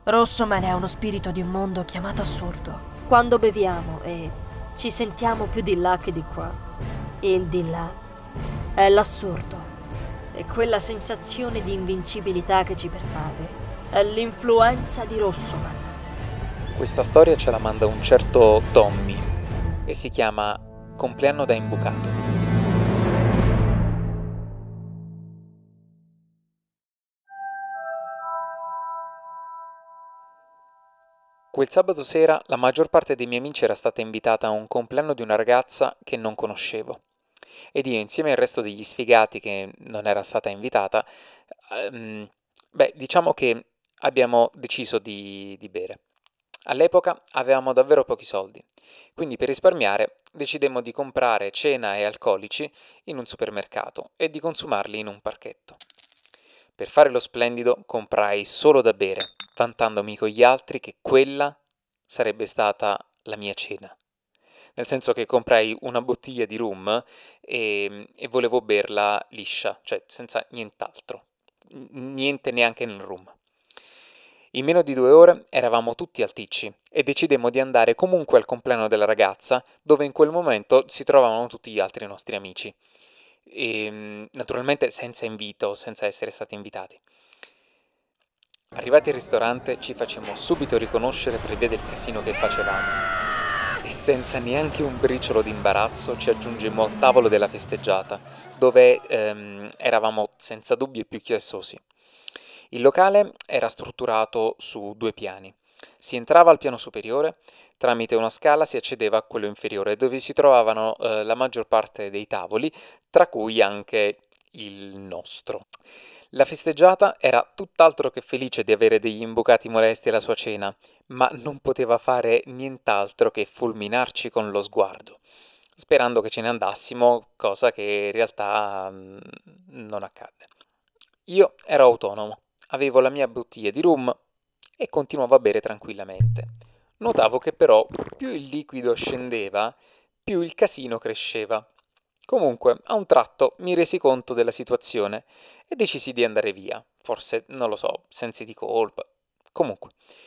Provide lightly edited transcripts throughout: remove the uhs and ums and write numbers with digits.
Rossoman è uno spirito di un mondo chiamato assurdo. Quando beviamo e ci sentiamo più di là che di qua, il di là è l'assurdo. E quella sensazione di invincibilità che ci pervade è l'influenza di Rossoman. Questa storia ce la manda un certo Tommy e si chiama Compleanno da imbucato. Quel sabato sera la maggior parte dei miei amici era stata invitata a un compleanno di una ragazza che non conoscevo. Ed io, insieme al resto degli sfigati che non era stata invitata, diciamo che abbiamo deciso di bere. All'epoca avevamo davvero pochi soldi, quindi per risparmiare decidemmo di comprare cena e alcolici in un supermercato e di consumarli in un parchetto. Per fare lo splendido comprai solo da bere, vantandomi con gli altri che quella sarebbe stata la mia cena. Nel senso che comprai una bottiglia di rum e volevo berla liscia, cioè senza nient'altro. Niente neanche nel rum. In meno di 2 ore eravamo tutti alticci e decidemmo di andare comunque al compleanno della ragazza, dove in quel momento si trovavano tutti gli altri nostri amici. E naturalmente senza invito, senza essere stati invitati. Arrivati al ristorante ci facemmo subito riconoscere per via del casino che facevamo e senza neanche un briciolo di imbarazzo ci aggiungemmo al tavolo della festeggiata, dove eravamo senza dubbio più chiassosi. Il locale era strutturato su 2 piani. Si entrava al piano superiore, tramite una scala si accedeva a quello inferiore, dove si trovavano la maggior parte dei tavoli, tra cui anche il nostro. La festeggiata era tutt'altro che felice di avere degli imbucati molesti alla sua cena, ma non poteva fare nient'altro che fulminarci con lo sguardo, sperando che ce ne andassimo, cosa che in realtà non accadde. Io ero autonomo, avevo la mia bottiglia di rum e continuavo a bere tranquillamente. Notavo che però più il liquido scendeva, più il casino cresceva. Comunque, a un tratto mi resi conto della situazione e decisi di andare via. Forse, non lo so, sensi di colpa. Comunque,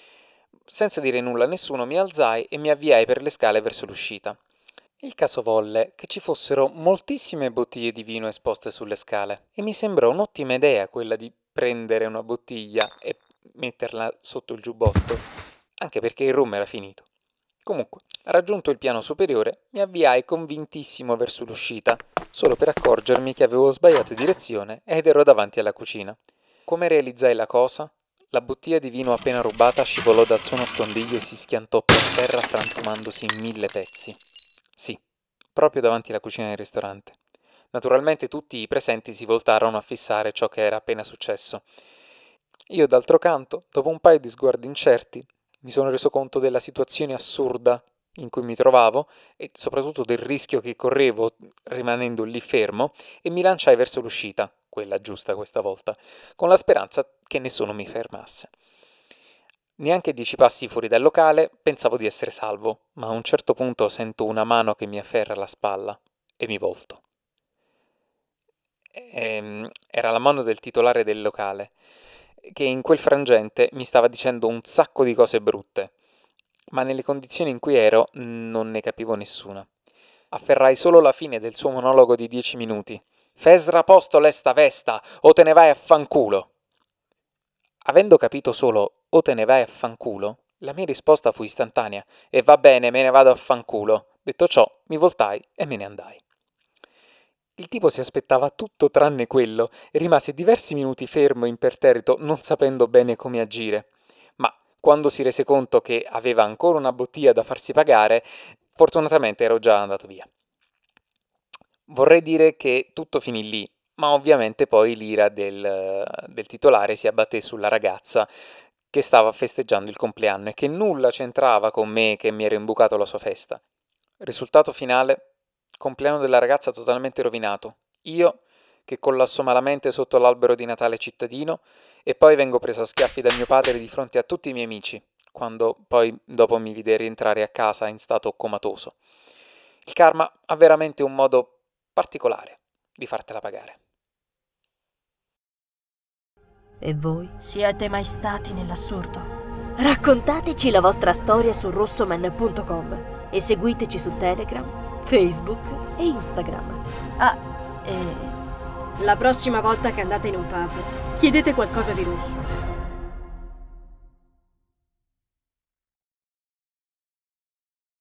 senza dire nulla a nessuno, mi alzai e mi avviai per le scale verso l'uscita. Il caso volle che ci fossero moltissime bottiglie di vino esposte sulle scale e mi sembrò un'ottima idea quella di prendere una bottiglia e metterla sotto il giubbotto, anche perché il rum era finito. Comunque, raggiunto il piano superiore, mi avviai convintissimo verso l'uscita, solo per accorgermi che avevo sbagliato direzione ed ero davanti alla cucina. Come realizzai la cosa? La bottiglia di vino appena rubata scivolò dal suo nascondiglio e si schiantò per terra frantumandosi in 1000 pezzi. Sì, proprio davanti alla cucina del ristorante. Naturalmente tutti i presenti si voltarono a fissare ciò che era appena successo. Io, d'altro canto, dopo un paio di sguardi incerti, mi sono reso conto della situazione assurda in cui mi trovavo e soprattutto del rischio che correvo rimanendo lì fermo e mi lanciai verso l'uscita, quella giusta questa volta, con la speranza che nessuno mi fermasse. Neanche 10 passi fuori dal locale pensavo di essere salvo, ma a un certo punto sento una mano che mi afferra la spalla e mi volto. Era la mano del titolare del locale, che in quel frangente mi stava dicendo un sacco di cose brutte, ma nelle condizioni in cui ero non ne capivo nessuna. Afferrai solo la fine del suo monologo di 10 minuti. Fesra posto l'esta vesta, o te ne vai a fanculo. Avendo capito solo o te ne vai a fanculo, la mia risposta fu istantanea e va bene, me ne vado a fanculo. Detto ciò, mi voltai e me ne andai. Il tipo si aspettava tutto tranne quello e rimase diversi minuti fermo imperterrito, non sapendo bene come agire. Ma quando si rese conto che aveva ancora una bottiglia da farsi pagare, fortunatamente ero già andato via. Vorrei dire che tutto finì lì, ma ovviamente poi l'ira del titolare si abbatté sulla ragazza che stava festeggiando il compleanno e che nulla c'entrava con me che mi ero imbucato la sua festa. Risultato finale: compleanno della ragazza totalmente rovinato. Io che collasso malamente sotto l'albero di Natale cittadino e poi vengo preso a schiaffi da mio padre di fronte a tutti i miei amici, quando poi dopo mi vide rientrare a casa in stato comatoso. Il karma ha veramente un modo particolare di fartela pagare. E voi? Siete mai stati nell'assurdo? Raccontateci la vostra storia su rossoman.com e seguiteci su Telegram, Facebook e Instagram. Ah, e la prossima volta che andate in un pub, chiedete qualcosa di rosso.